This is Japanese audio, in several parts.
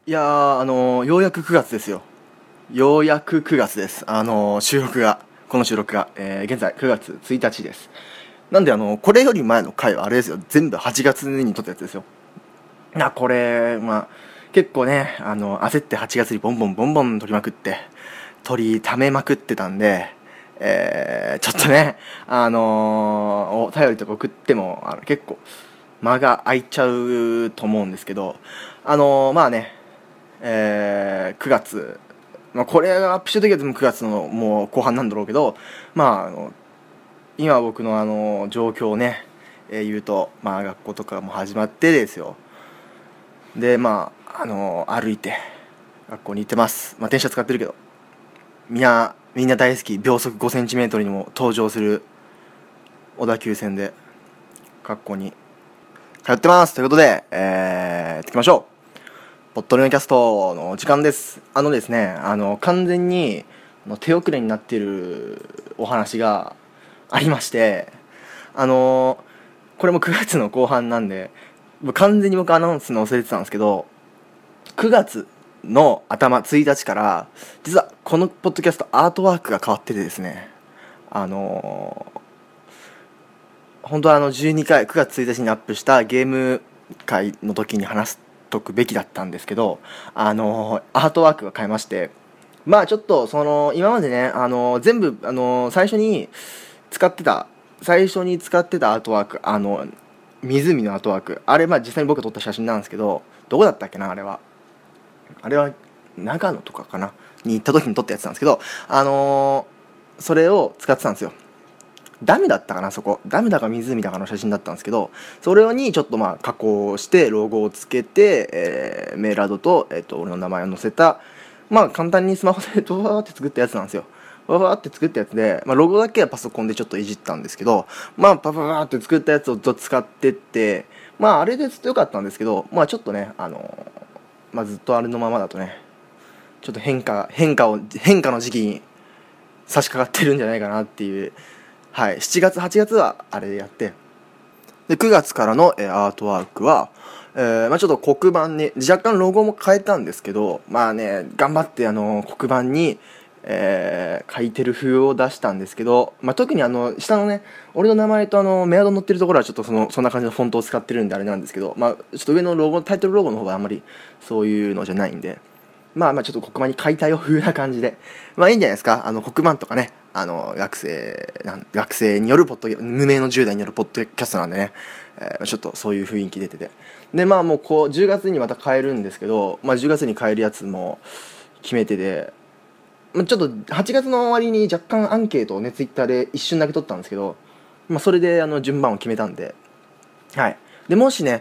いやー、ようやく9月ですよ。ようやく9月です。この収録が、現在9月1日です。なんでこれより前の回はあれですよ。全部8月に撮ったやつですよ。これ、結構ね、焦って8月にボンボン撮りまくって、ためまくってたんで、ちょっとね、お便りとか送っても、結構、間が空いちゃうと思うんですけど、9月、これがアップしてる時はでも9月のもう後半なんだろうけど、今僕の状況をね、言うと、学校とかも始まってですよ。で、歩いて学校に行ってます。電車使ってるけど、みんな大好き秒速5センチメートルにも登場する小田急線で学校に通ってます。ということで、やっていきましょう。ポットレのキャストの時間です。ですね、完全に手遅れになっているお話がありまして、これも9月の後半なんで、完全に僕アナウンスの忘れてたんですけど、9月の頭1日から実はこのポッドキャストアートワークが変わっててですね、本当は12回9月1日にアップしたゲーム会の時に話すとくべきだったんですけど、アートワークが変えまして、ちょっと今までね、全部最初に使ってたアートワーク、湖のアートワーク、あれ実際に僕が撮った写真なんですけど、どこだったっけな、あれは長野とかかなに行った時に撮ったやつなんですけど、それを使ってたんですよ。ダムだったかな、そこダムだか湖だかの写真だったんですけど、それにちょっと加工してロゴをつけて、メールアドと、俺の名前を載せた、簡単にスマホでドワーって作ったやつなんですよ。ババーって作ったやつで、ロゴだけはパソコンでちょっといじったんですけど、ババーって作ったやつを使ってって、あれでずっと良かったんですけど、ちょっとね、ずっとあれのままだとね、ちょっと変化の時期に差し掛かってるんじゃないかなっていう。はい、7月8月はあれでやって、で9月からの、アートワークは、ちょっと黒板に若干ロゴも変えたんですけど、頑張って黒板に、書いてる風を出したんですけど、特に下のね、俺の名前とメアド載ってるところはちょっとそんな感じのフォントを使ってるんであれなんですけど、ちょっと上のロゴ、タイトルロゴの方はあんまりそういうのじゃないんで、ちょっと黒板に書いたよ風な感じで、いいんじゃないですか。黒板とかね、学生による無名の10代によるポッドキャストなんでね、ちょっとそういう雰囲気出てて、でもう10月にまた変えるんですけど、10月に変えるやつも決めてて、ちょっと8月の終わりに若干アンケートをねツイッターで一瞬だけ取ったんですけど、それで順番を決めたんで、はい。でもしポ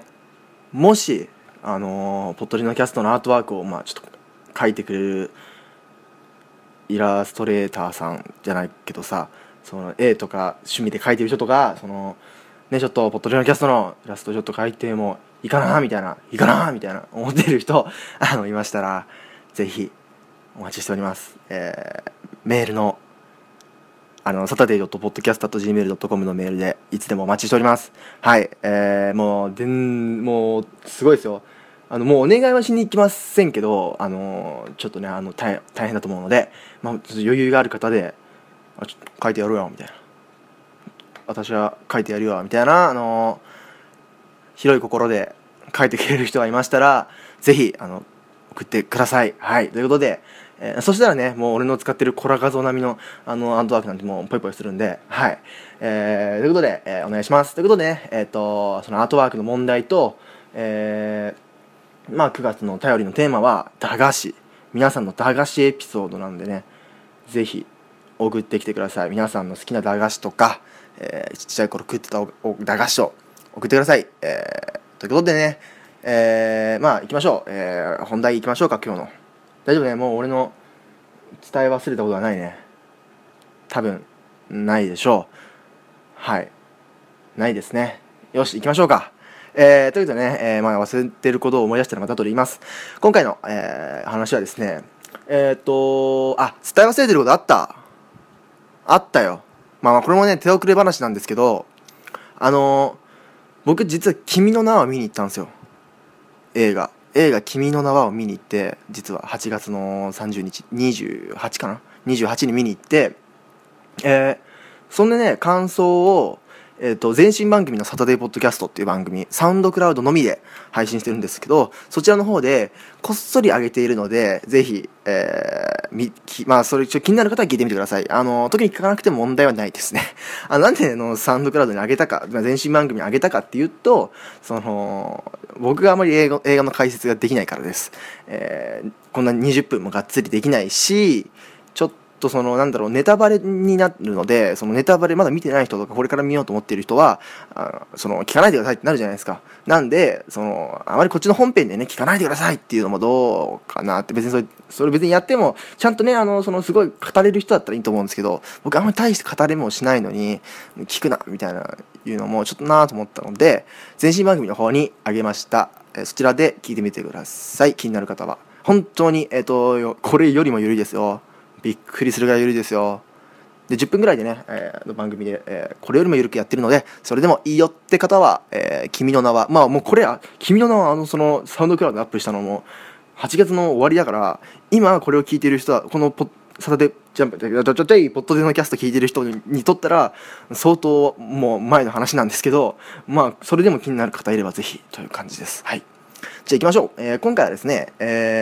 ッドリのキャストのアートワークをちょっと描いてくれるイラストレーターさんじゃないけどさ、絵とか趣味で描いてる人とか、ちょっとポッドリのキャストのイラストちょっと描いてもいいかなみたいな思ってる人いましたら、ぜひお待ちしております。メールのsaturday.podcast.gmail.com のメールでいつでもお待ちしております。はい。もうすごいですよ。もうお願いはしに行きませんけど、ちょっとね、大変だと思うので、ちょっと余裕がある方で、ちょっと書いてやろうよみたいな、私は書いてやるよみたいな、広い心で書いてくれる人がいましたら、ぜひ送ってください。はい。ということで、そしたらね、もう俺の使ってるコラ画像並みのアートワークなんてもうポイポイするんで、はい。ということで、お願いします。ということでね、そのアートワークの問題と、9月のお便りのテーマは駄菓子、皆さんの駄菓子エピソードなんでね、ぜひ送ってきてください。皆さんの好きな駄菓子とか、ちっちゃい頃食ってた駄菓子を送ってください。ということでね、行きましょう。本題行きましょうか。今日の大丈夫ね。もう俺の伝え忘れたことはないね。多分ないでしょう。はい、ないですね。よし、行きましょうか。ということでね、忘れてることを思い出したらまた後で言います。今回の、話はですね、伝え忘れてることあったよ。これもね、手遅れ話なんですけど、僕実は君の名は見に行ったんですよ、映画。 映画君の名はを見に行って、実は8月の30日、28かな ?28 に見に行って、そんでね、感想を、前身番組のサタデーポッドキャストっていう番組、サウンドクラウドのみで配信してるんですけど、そちらの方でこっそり上げているので、ぜひ、それ気になる方は聞いてみてください。特に聞かなくても問題はないですね。なんでサウンドクラウドに上げたか、前身番組に上げたかっていうと、僕があまり映画の解説ができないからです。こんな20分もがっつりできないし、ちょっとネタバレになるので、そのネタバレまだ見てない人とかこれから見ようと思っている人は聞かないでくださいってなるじゃないですか。なんであまりこっちの本編でね聞かないでくださいっていうのもどうかなって。別にそれ別にやってもちゃんとねすごい語れる人だったらいいと思うんですけど、僕あんまり大して語れもしないのに聞くなみたいないうのもちょっとなと思ったので、前身番組の方にあげました。そちらで聞いてみてください。気になる方は本当にこれよりも緩いですよ。びっくりするぐらい緩いですよ。で10分ぐらいでね、番組で、これよりも緩くやってるので、それでもいいよって方は、君の名はもうこれ君の名はサウンドクラウドでアップしたのも8月の終わりだから、今これを聞いている人はこのサタデージャンプポッドでのキャスト聞いてる人にとったら相当もう前の話なんですけど、それでも気になる方いればぜひという感じです。はい、じゃあ行きましょう。今回はですね、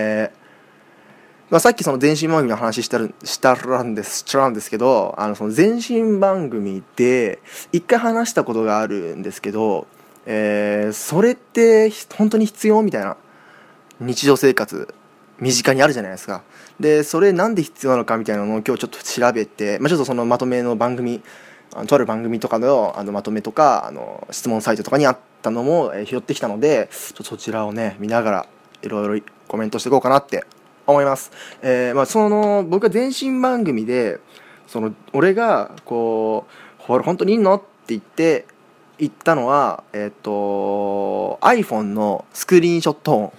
さっき前身番組の話したんですけど、その前身番組で一回話したことがあるんですけど、それって本当に必要みたいな、日常生活身近にあるじゃないですか。でそれなんで必要なのかみたいなのを今日ちょっと調べて、ちょっとまとめの番組、とある番組とかのまとめとか質問サイトとかにあったのも拾ってきたので、そちらをね見ながらいろいろコメントしていこうかなって思います。僕が前身番組で俺がほら本当にいいのって言ったのはiPhone のスクリーンショット音、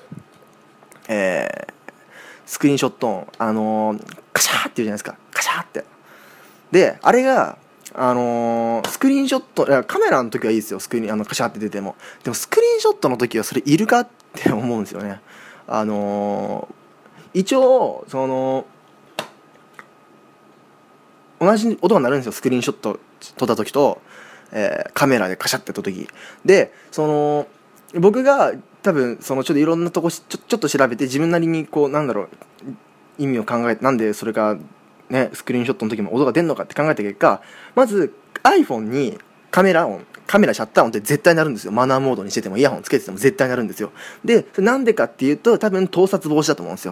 スクリーンショット音カシャーって言うじゃないですか。カシャーってで、あれがスクリーンショットカメラの時はいいですよ。スクリーンカシャーって出ても。でもスクリーンショットの時はそれいるかって思うんですよね。一応同じ音が鳴るんですよ。スクリーンショット撮った時と、カメラでカシャって撮った時で、僕が多分ちょっといろんなとこちょっと調べて自分なりに意味を考えて、なんでそれがねスクリーンショットの時も音が出るのかって考えた結果、まず iPhone にカメラシャッター音って絶対なるんですよ。マナーモードにしててもイヤホンつけてても絶対なるんですよ。でなんでかっていうと、多分盗撮防止だと思うんですよ。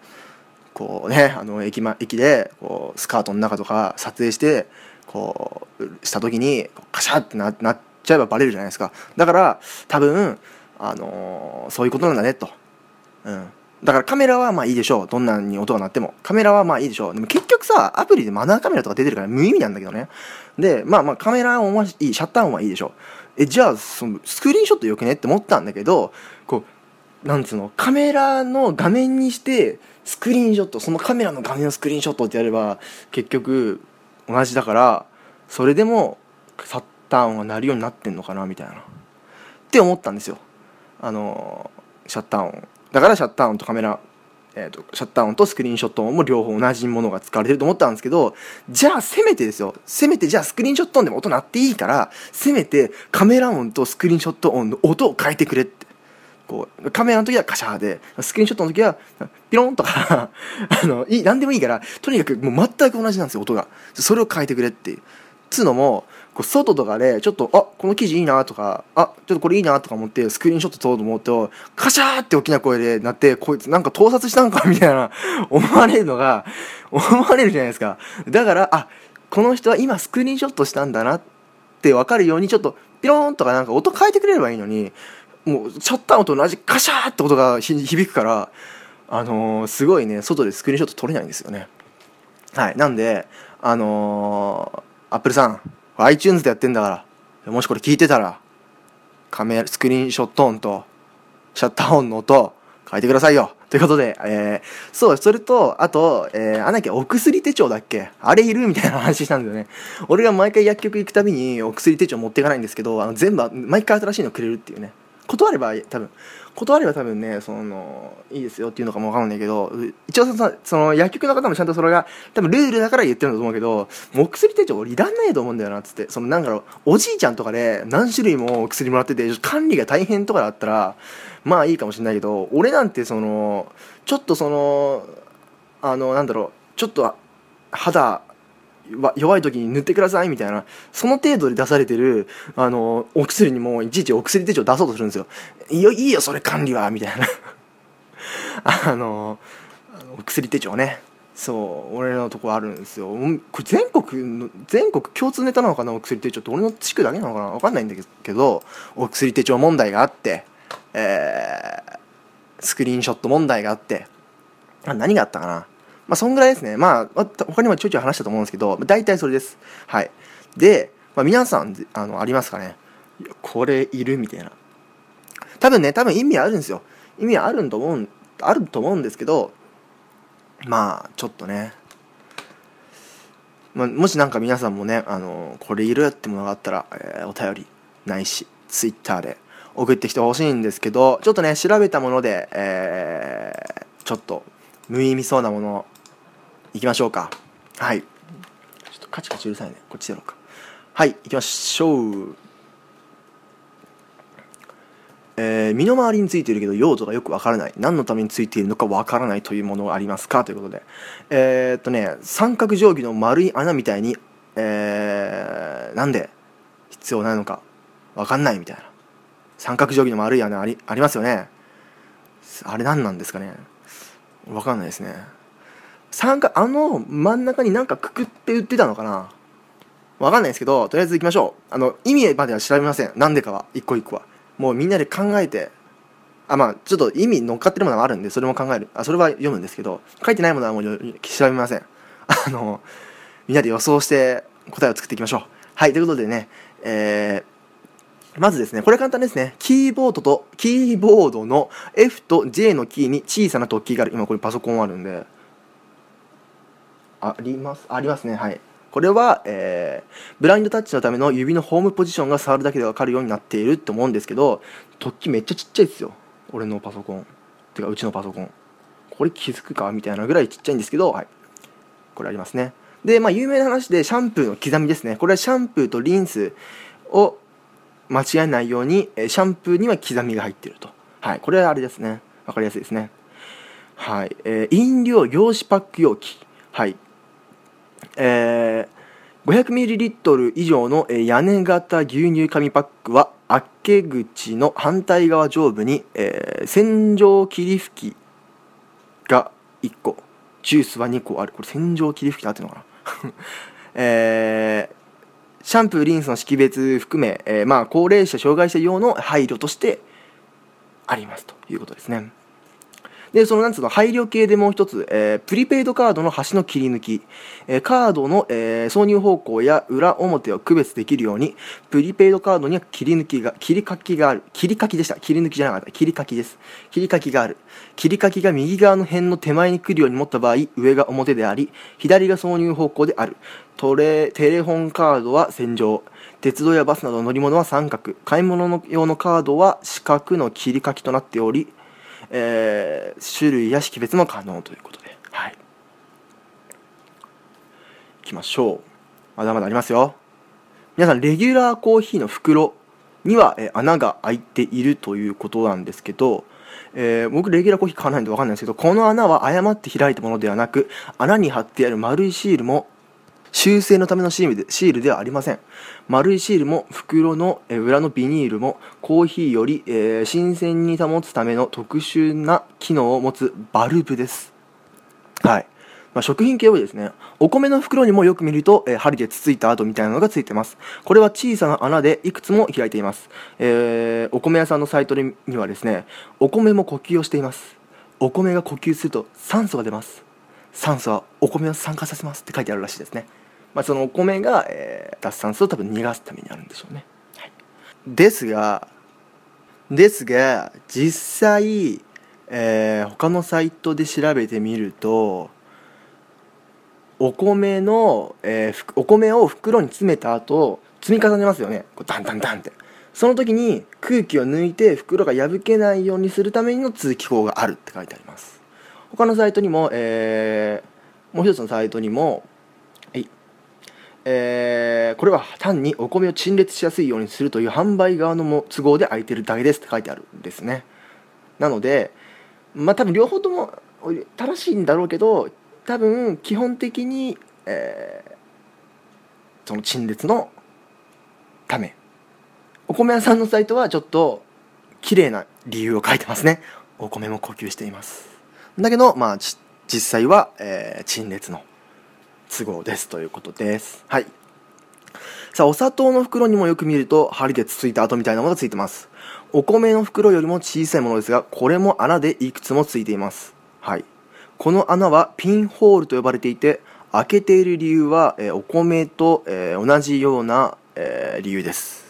駅でスカートの中とか撮影してした時にカシャってなっちゃえばバレるじゃないですか。だから多分そういうことなんだねと。だからカメラはいいでしょう。どんなに音が鳴ってもカメラはいいでしょう。でも結局アプリでマナーカメラとか出てるから無意味なんだけどね。でカメラ音はいい、シャッター音はいいでしょう。じゃあスクリーンショットよくねって思ったんだけど、カメラの画面にしてスクリーンショット、そのカメラの画面のスクリーンショットってやれば結局同じだから、それでもシャッター音が鳴るようになってんのかなみたいなって思ったんですよ。シャッター音だからシャッター音とカメラ、シャッター音とスクリーンショット音も両方同じものが使われてると思ったんですけど、じゃあせめてじゃあスクリーンショット音でも音鳴っていいから、せめてカメラ音とスクリーンショット音の音を変えてくれって。カメラの時はカシャーで、スクリーンショットの時はピロンとか何でもいいから、とにかくもう全く同じなんですよ、音が。それを変えてくれっていう。つうのも外とかでちょっとこの記事いいなとかちょっとこれいいなとか思ってスクリーンショット撮ろうと思うと、カシャーって大きな声で鳴って、こいつなんか盗撮したんかみたいな思われるじゃないですか。だからこの人は今スクリーンショットしたんだなって分かるように、ちょっとピローンとかなんか音変えてくれればいいのに、もうシャッター音と同じカシャーって音が響くから、すごいね外でスクリーンショット撮れないんですよね。はい。なんでアップルさん iTunes でやってんだから、もしこれ聞いてたらスクリーンショット音とシャッター音の音変えてくださいよということで、それとあと、お薬手帳だっけ、あれいるみたいな話したんだよね。俺が毎回薬局行くたびにお薬手帳持っていかないんですけど、全部毎回新しいのくれるっていうね。 断れば多分ねいいですよっていうのかも分かんないけど、一応その薬局の方もちゃんとそれが多分ルールだから言ってるんだと思うけど、もうお薬手帳俺いらんないと思うんだよなっつって、なんだろう、おじいちゃんとかで何種類も薬もらってて管理が大変とかだったらまあいいかもしれないけど、俺なんてちょっとなんだろう、ちょっと肌弱い時に塗ってくださいみたいな、その程度で出されてるお薬にもいちいちお薬手帳出そうとするんですよ。いいよそれ管理はみたいなお薬手帳ね、そう俺のとこあるんですよ。これ全国共通ネタなのかな、お薬手帳って。俺の地区だけなのかな、分かんないんだけど、お薬手帳問題があって、スクリーンショット問題があって、何があったかな、そんぐらいですね。他にもちょいちょい話したと思うんですけど、大体それです。はい。で、皆さんありますかね、いやこれいるみたいな。多分意味あるんですよ。意味あると思うんですけど、ちょっとね、もし皆さんもねこれいるってものがあったら、お便りないしツイッターで送ってきてほしいんですけど、ちょっとね調べたもので、ちょっと無意味そうなものいきましょうか。はい、ちょっとカチカチうるさいね、こっちやろうか。はい、行きましょう。身の回りについているけど用途がよくわからない、何のためについているのかわからないというものはありますかということで、三角定規の丸い穴みたいに、なんで必要なのかわかんないみたいな。三角定規の丸い穴ありますよね。あれ何なんですかね、わかんないですね。真ん中にくくって売ってたのかな、わかんないですけど、とりあえず行きましょう。意味までは調べません。なんでかは一個一個はもうみんなで考えて、ちょっと意味乗っかってるものがあるんでそれも考える。それは読むんですけど、書いてないものはもう調べません。みんなで予想して答えを作っていきましょう。はい、ということでね、まずですね、これ簡単ですね。キーボードの F と J のキーに小さな突起がある。今これパソコンあるんでありますね。はい、これは、ブラインドタッチのための指のホームポジションが触るだけで分かるようになっているって思うんですけど、突起めっちゃちっちゃいですよ、俺のパソコンてかうちのパソコン。これ気づくかみたいなぐらいちっちゃいんですけど、はい、これありますね。で、有名な話でシャンプーの刻みですね。これはシャンプーとリンスを間違えないようにシャンプーには刻みが入っていると。はい、これはあれですね、分かりやすいですね。はい、飲料陽子パック容器。はい、500ml 以上の屋根型牛乳紙パックは開け口の反対側上部に、洗浄霧吹きが1個、ジュースは2個ある。これ洗浄霧吹きで合ってるのかなシャンプーリンスの識別含め、高齢者障害者用の配慮としてありますということですね。で、配慮系でもう一つ、プリペイドカードの端の切り抜き、カードの、挿入方向や裏表を区別できるように、プリペイドカードには切り欠きがある。切り欠きでした。切り抜きじゃなかった。切り欠きです。切り欠きがある。切り欠きが右側の辺の手前に来るように持った場合、上が表であり、左が挿入方向である。テレホンカードは線状。鉄道やバスなどの乗り物は三角。買い物用のカードは四角の切り欠きとなっており、種類や識別も可能ということで、はい、いきましょう。まだまだありますよ。皆さん、レギュラーコーヒーの袋には、穴が開いているということなんですけど、僕レギュラーコーヒー買わないんで分かんないんですけど、この穴は誤って開いたものではなく、穴に貼ってある丸いシールも修正のためのシールではありません。丸いシールも袋の裏のビニールもコーヒーより、新鮮に保つための特殊な機能を持つバルブです。はい、食品系多いですね。お米の袋にもよく見ると、針でつついた跡みたいなのがついてます。これは小さな穴でいくつも開いています。お米屋さんのサイトにはですね、お米も呼吸をしています。お米が呼吸すると酸素が出ます。酸素はお米を酸化させますって書いてあるらしいですね。そのお米が、脱酸素を多分逃がすためにあるんでしょうね。はい、ですが実際、他のサイトで調べてみると、お米を袋に詰めた後積み重ねますよね。こうダンダンダンって。その時に空気を抜いて袋が破けないようにするための通気口があるって書いてあります。他のサイトにも、もう一つのサイトにも、これは単にお米を陳列しやすいようにするという販売側の都合で空いてるだけですって書いてあるんですね。なので多分両方とも正しいんだろうけど、多分基本的に、その陳列のため、お米屋さんのサイトはちょっと綺麗な理由を書いてますね。お米も呼吸しています。だけど実際は、陳列の都合ですということです。はい。さあ、お砂糖の袋にもよく見ると針でつついた跡みたいなものがついてます。お米の袋よりも小さいものですが、これも穴でいくつもついています。はい。この穴はピンホールと呼ばれていて、開けている理由は、お米と、同じような、理由です。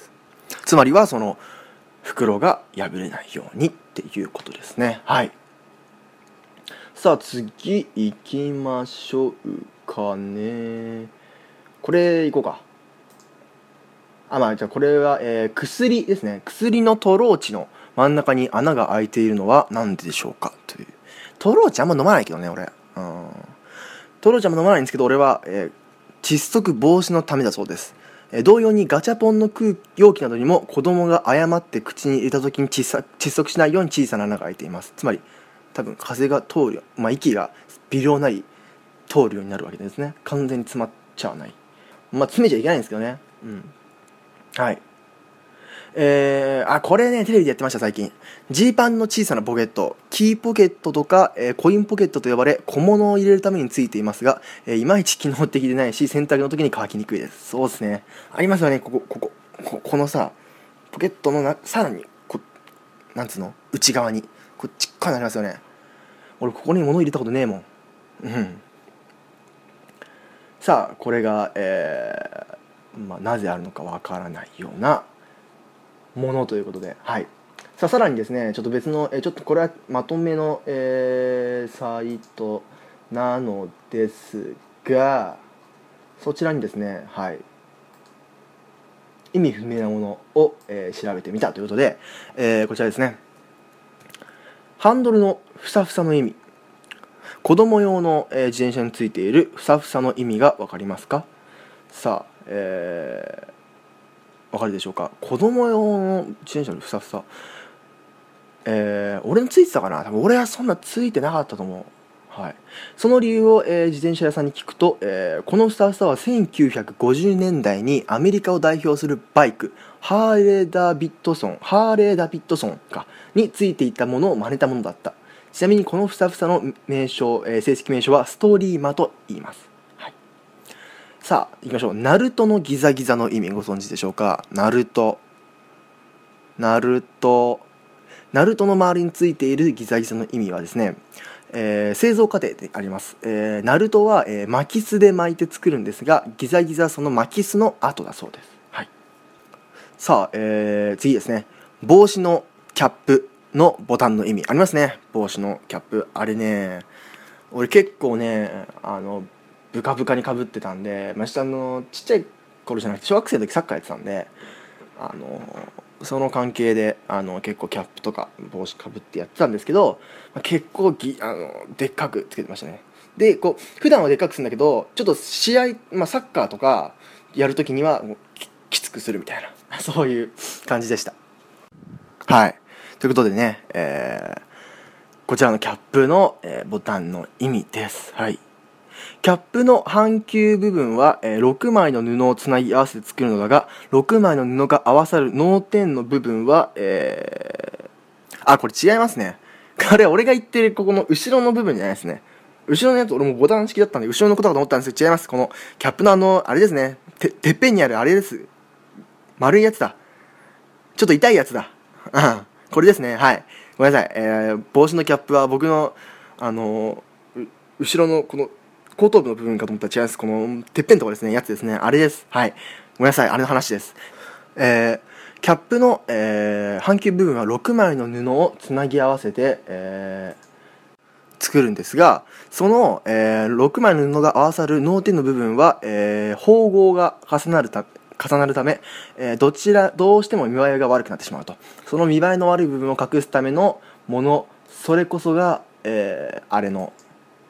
つまりはその袋が破れないようにっていうことですね。はい。さあ次行きましょうかね。これいこうか。じゃあこれは、薬ですね。薬のトローチの真ん中に穴が開いているのは何でしょうかという。トローチあんま飲まないけどね、俺。トローチあんま飲まないんですけど、俺は、窒息防止のためだそうです。同様にガチャポンの容器などにも子供が誤って口に入れた時に窒息しないように小さな穴が開いています。つまり多分風が通る、息が微量なり通るようになるわけですね。完全に詰まっちゃわない。詰めちゃいけないんですけどね。はい。これね、テレビでやってました、最近。ジーパンの小さなポケット、キーポケットとか、コインポケットと呼ばれ、小物を入れるためについていますが、いまいち機能的でないし、洗濯の時に乾きにくいです。そうですね。ありますよね、このさ、ポケットのさらに、なんつうの、内側に、ちっかいのありますよね。俺、ここに物入れたことねえもん。さあ、これが、なぜあるのかわからないようなものということで、はい。さらにですね、ちょっと別の、ちょっとこれはまとめの、サイトなのですが、そちらにですね、はい、意味不明なものを、調べてみたということで、こちらですね。ハンドルのふさふさの意味。子供用の、自転車についているふさふさの意味が分かりますか？さあ、分かるでしょうか？子供用の自転車のふさふさ、俺についてたかな？多分俺はそんなついてなかったと思う。はい。その理由を、自転車屋さんに聞くと、このふさふさは1950年代にアメリカを代表するバイクハーレー・ダビッドソンについていたものを真似たものだった。ちなみにこのふさふさの名称、正式名称はストーリーマと言います。はい。さあ行きましょう。ナルトのギザギザの意味ご存知でしょうか？ナルトの周りについているギザギザの意味はですね、製造過程であります。ナルトは、巻きすで巻いて作るんですが、ギザギザはその巻きすの後だそうです。はい。さあ、次ですね。帽子のキャップのボタンの意味ありますね。帽子のキャップ、あれね、俺結構ね、ブカブカにかぶってたんで、ちっちゃい頃じゃなくて小学生の時サッカーやってたんで、その関係で結構キャップとか帽子かぶってやってたんですけど、結構でっかくつけてましたね。で普段はでっかくするんだけど、ちょっと試合、サッカーとかやるときにはきつくするみたいなそういう感じでした。はい。ということでね、こちらのキャップの、ボタンの意味です。はい。キャップの半球部分は、6枚の布をつなぎ合わせて作るのだが、6枚の布が合わさる脳天の部分は、これ違いますね。これ俺が言ってるここの後ろの部分じゃないですね。後ろのやつ俺もボタン式だったんで後ろのことかと思ったんですけど、違います。このキャップのあれですね。てっぺんにあるあれです。丸いやつだ。ちょっと痛いやつだ。これですね。はい。ごめんなさい。帽子のキャップは僕の後ろのこの後頭部の部分かと思ったら違います。このてっぺんのところですね、やつですね。あれです。はい。ごめんなさい。あれの話です。キャップの、半球部分は6枚の布をつなぎ合わせて、作るんですが、その、6枚の布が合わさる脳天の部分は、縫合が重なる重なるため、どうしても見栄えが悪くなってしまうと。その見栄えの悪い部分を隠すためのもの、それこそが、あれの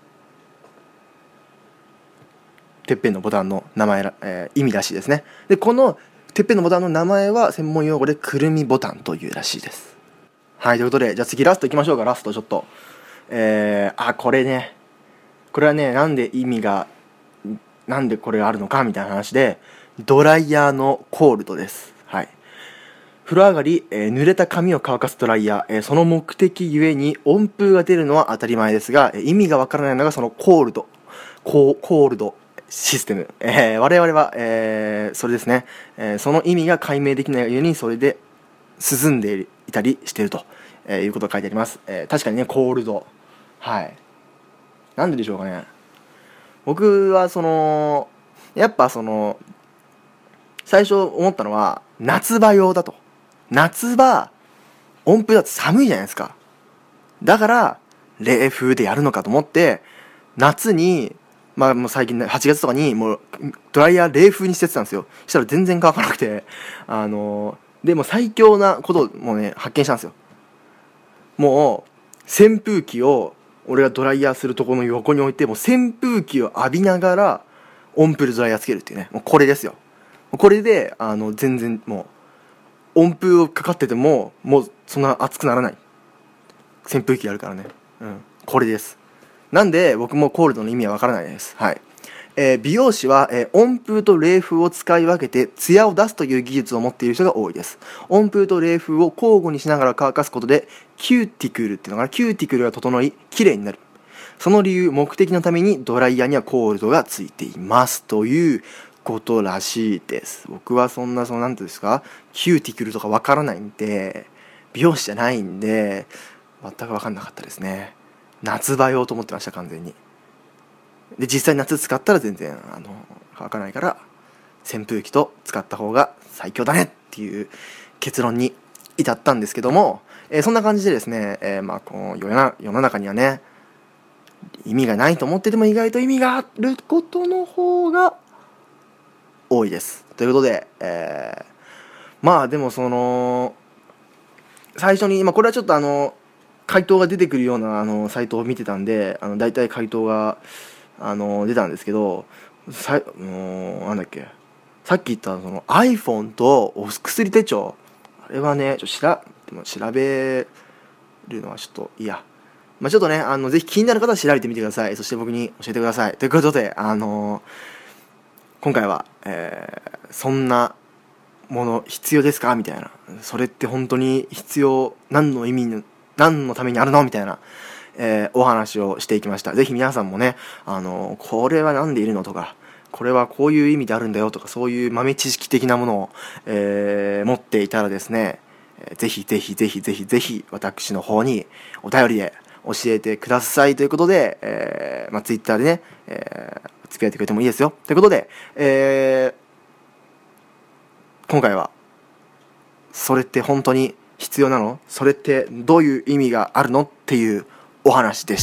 てっぺんのボタンの名前意味らしいですね。でこのてっぺんのボタンの名前は専門用語でくるみボタンというらしいです。はい、ということで、じゃあ次ラストいきましょうか。ラストちょっとこれはね、なんでこれがあるのかみたいな話で、ドライヤーのコールドです。はい。風呂上がり、濡れた髪を乾かすドライヤー、その目的ゆえに温風が出るのは当たり前ですが、意味がわからないのがそのコールドシステム、我々は、それですね、その意味が解明できないようにそれで涼んでいたりしていると、いうことが書いてあります。確かにね、コールド、はい、なんででしょうかね。僕はやっぱ最初思ったのは夏場用だと。夏場温風だと寒いじゃないですか。だから冷風でやるのかと思って、夏にもう最近8月とかにもうドライヤー冷風にしてたんですよ。したら全然乾かなくて、でも最強なことをもうね発見したんですよ。もう扇風機を俺がドライヤーするところの横に置いて、もう扇風機を浴びながら温風でドライヤーつけるっていうね、もうこれですよ。これで全然もう温風をかかっててももうそんな熱くならない扇風機があるからね、これです。なんで僕もコールドの意味はわからないです。はい。美容師は、温風と冷風を使い分けてツヤを出すという技術を持っている人が多いです。温風と冷風を交互にしながら乾かすことでキューティクルっていうのが整い綺麗になる。その理由、目的のためにドライヤーにはコールドがついていますということらしいです。僕はなんていうんですか、キューティクルとかわからないんで、美容師じゃないんで全く分かんなかったですね。夏場用と思ってました、完全に。で実際夏使ったら全然乾かないから、扇風機と使った方が最強だねっていう結論に至ったんですけども、そんな感じでですね、この世の中にはね、意味がないと思ってても意外と意味があることの方が多いです。ということで、でも最初に、これはちょっと回答が出てくるようなサイトを見てたんで、大体回答が出たんですけど、なんだっけ、さっき言ったiPhone とお薬手帳、あれはね調べるのはちょっといや、ちょっとねぜひ気になる方は調べてみてください。そして僕に教えてください。ということで今回は、そんなもの必要ですかみたいな、それって本当に必要、何のためにあるのみたいな、お話をしていきました。ぜひ皆さんもね、これは何でいるのとか、これはこういう意味であるんだよとか、そういう豆知識的なものを、持っていたらですね、ぜひ私の方にお便りで教えてくださいということで、Twitter でね、つぶやいてくれてもいいですよということで、今回はそれって本当に必要なの？それってどういう意味があるの？っていうお話でした。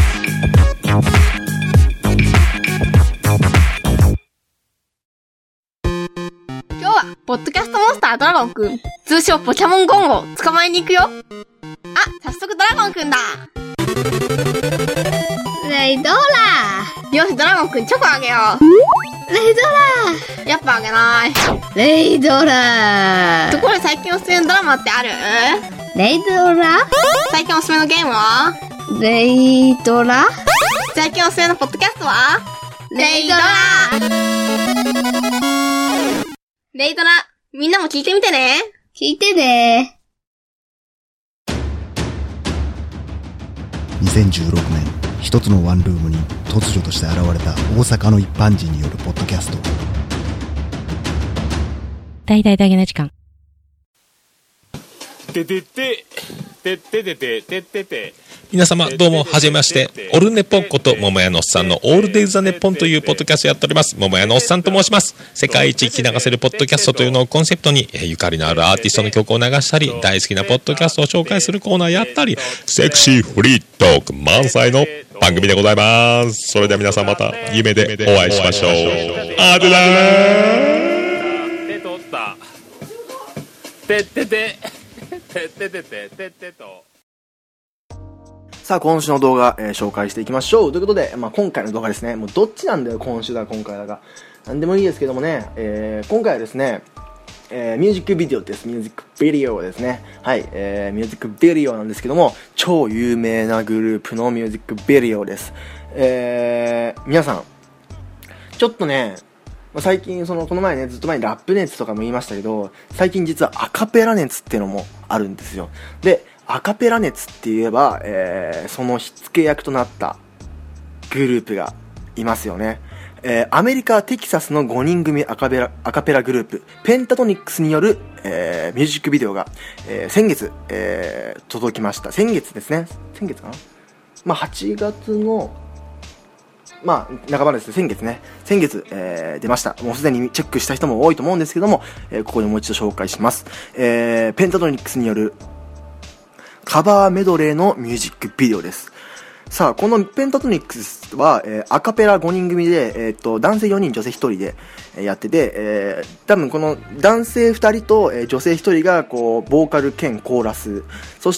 今日はポッドキャストモンスタードラゴンくん、通称ポケモンゴンを捕まえに行くよ。あ、早速ドラゴンくんだ。 レイドラよし、ドラゴンくんチョコあげよう。 レイドラやっぱあげない。 レイドラところで最近おすすめのドラマってある？ レイドラ最近おすすめのゲームは？ レイドラ最近おすすめのポッドキャストは？レイドラレイドラ、みんなも聞いてみてね。 聞いてね。 2016年、一つのワンルームに突如として現れた大阪の一般人によるポッドキャスト。 大々だけな時間。 皆様どうもはじめまして、オルネポンこと桃屋のおっさんのオールデイズ・ザ・ネッポンというポッドキャストやっております。桃屋のおっさんと申します。世界一聞き流せるポッドキャストというのをコンセプトに、ゆかりのあるアーティストの曲を流したり、大好きなポッドキャストを紹介するコーナーやったり、セクシーフリートーク満載の番組でございます。それでは皆さんまた夢でお会いしましょう。あでだー。 てってててってててててと。 さあ今週の動画、紹介していきましょうということで、今回の動画ですね、もうどっちなんだよ今週だ今回だかなんでもいいですけどもね、今回はですね、ミュージックビデオです。ミュージックビデオですね。はい、ミュージックビデオなんですけども、超有名なグループのミュージックビデオです。皆さん、ちょっとね、最近この前ね、ずっと前にラップ熱とかも言いましたけど、最近実はアカペラ熱っていうのもあるんですよ。で、アカペラ熱って言えば、その火付け役となったグループがいますよね。アメリカ・テキサスの5人組アカペラグループペンタトニックスによる、ミュージックビデオが、先月、届きました。先月ですね。先月かな、8月の半ばですね。先月、出ました。もうすでにチェックした人も多いと思うんですけども、ここでもう一度紹介します。ペンタトニックスによるカバーメドレーのミュージックビデオです。さあ、このペンタトニックスは、アカペラ5人組で、男性4人、女性1人で、やってて、多分この男性2人と、女性1人が、ボーカル兼コーラス、そして、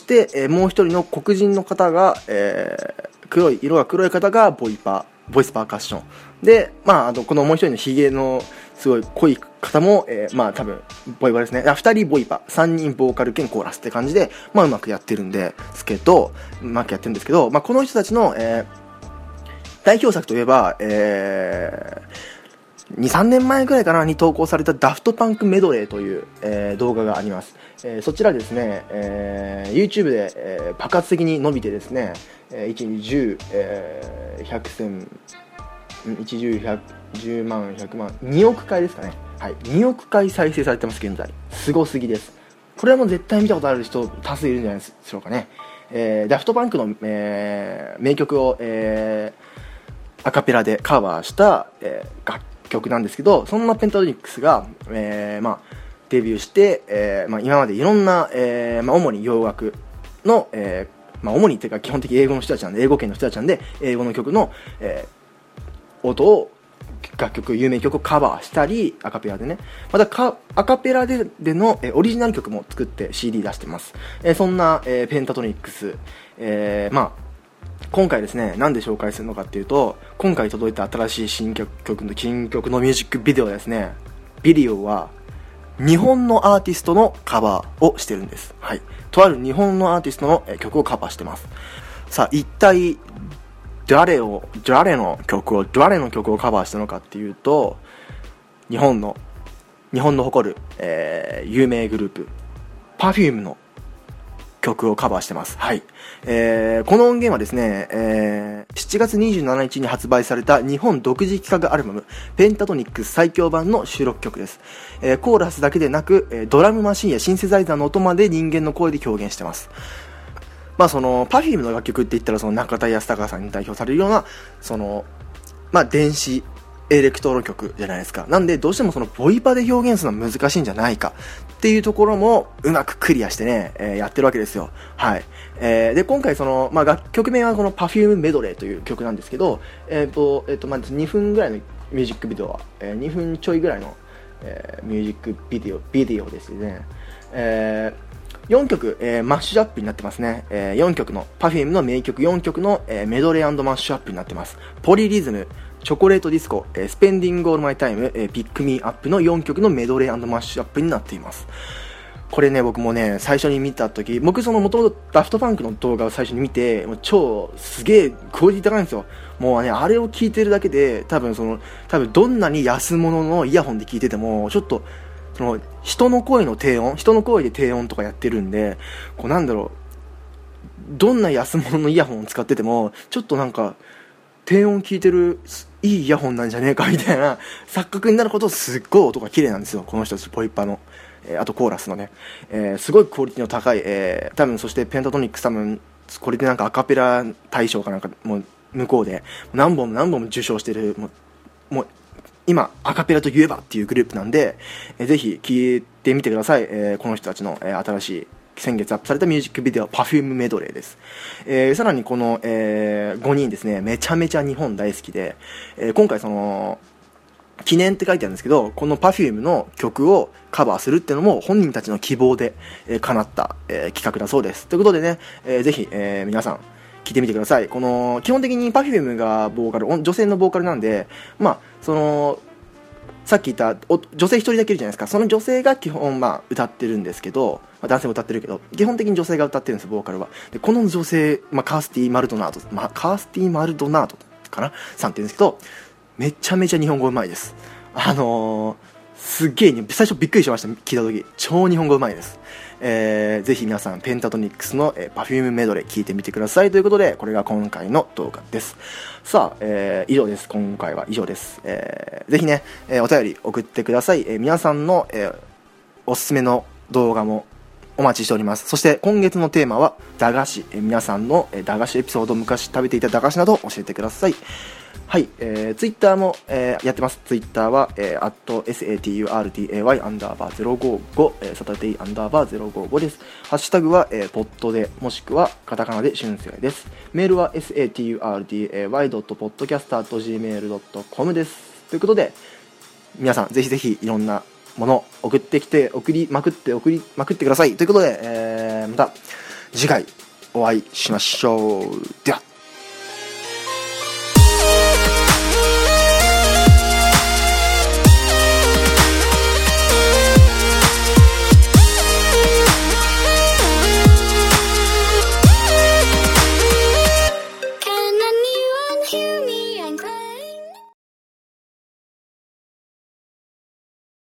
もう1人の黒人の方が、色が黒い方がボイスパーカッション。で、あとこのもう1人のヒゲのすごい濃い方も、多分、ボイパですね。2人ボイパ、3人ボーカル兼コーラスって感じで、うまくやってるんですけど、この人たちの、代表作といえば、2、3年前くらいかなに投稿されたダフトパンクメドレーという、動画があります。そちらですね、YouTube で、爆発的に伸びてですね、1、2、10、100、1000、1、10、10万、100万、2億回ですかね。はい。2億回再生されてます、現在。すごすぎです。これはもう絶対見たことある人多数いるんじゃないでしょうかね。ダフトパンクの、名曲を、アカペラでカバーした、楽曲なんですけど、そんなペンタトニックスが、デビューして、今までいろんな、主に洋楽の、主にっていうか基本的に英語の人たちなんで、英語圏の人たちなんで、英語の曲の、音を有名曲をカバーしたりアカペラでね、またアカペラでのオリジナル曲も作って CD 出してます。そんなペンタトニックス、今回ですね、なんで紹介するのかっていうと、今回届いた新しい新曲のミュージックビデオですね。ビデオは日本のアーティストのカバーをしてるんです。はい。とある日本のアーティストの曲をカバーしてます。さあ、一体誰の曲をカバーしたのかっていうと、日本の誇る、有名グループ Perfume の曲をカバーしてます。はい。この音源はですね、7月27日に発売された日本独自企画アルバムペンタトニックス最強版の収録曲です。コーラスだけでなく、ドラムマシンやシンセサイザーの音まで人間の声で表現してます。Perfume の楽曲って言ったら、中田泰孝さんに代表されるような、電子エレクトロ曲じゃないですか。なんで、どうしてもボイパで表現するのは難しいんじゃないかっていうところもうまくクリアしてね、やってるわけですよ。はい。で、今回楽曲名はこの Perfume メドレーという曲なんですけど、2分ぐらいのミュージックビデオは、2分ちょいぐらいの、ミュージックビデオですね。4曲、マッシュアップになってますね。4曲の Perfume の名曲4曲の、メドレー&マッシュアップになってます。ポリリズム、チョコレートディスコ、スペンディングオールマイタイム、ピックミーアップの4曲のメドレー&マッシュアップになっています。これね、僕もね、最初に見た時、もともとダフトパンクの動画を最初に見て、もうすげえクオリティ高いんですよ。もうね、あれを聞いてるだけで、多分どんなに安物のイヤホンで聞いてても、ちょっと人の声で低音とかやってるんで、どんな安物のイヤホンを使ってても、ちょっと低音聞いてるいいイヤホンなんじゃねえかみたいな錯覚になるほどすっごい音が綺麗なんですよ、この人たち。ポイパの、あとコーラスのね、すごいクオリティの高い、多分そしてペンタトニックスこれでアカペラ大賞かもう向こうで何本も受賞してる、もう今アカペラといえばっていうグループなんで、ぜひ聴いてみてください。この人たちの、新しい先月アップされたミュージックビデオ Perfume メドレーです。さらにこの、5人ですね、めちゃめちゃ日本大好きで、今回記念って書いてあるんですけど、この Perfume の曲をカバーするっていうのも本人たちの希望で、叶った、企画だそうです。ということでね、ぜひ、皆さん聞いてみてください。この基本的に Perfume がボーカル、女性のボーカルなんで、まあそのさっき言った女性一人だけいるじゃないですか。その女性が基本歌ってるんですけど、男性も歌ってるけど基本的に女性が歌ってるんです、ボーカルは。でこの女性、カースティ・マルドナード、かなさんって言うんですけど、めちゃめちゃ日本語うまいです。すっげえ最初びっくりしました、聞いた時。超日本語うまいです。ぜひ皆さんペンタトニックスの、Perfume メドレー聞いてみてくださいということで、これが今回の動画です。さあ、以上です。今回は以上です。ぜひね、お便り送ってください。皆さんの、おすすめの動画もお待ちしております。そして今月のテーマは駄菓子。皆さんの、駄菓子エピソード、昔食べていた駄菓子など教えてください。はい、ツイッターも、やってます。ツイッターは、@saturday_055、サタデイ_055です。ハッシュタグは、ポッドで、もしくはカタカナで春生です。メールは saturday.podcast@gmail.com です。ということで、皆さんぜひぜひいろんなもの送りまくってくださいということで、また次回お会いしましょう。では。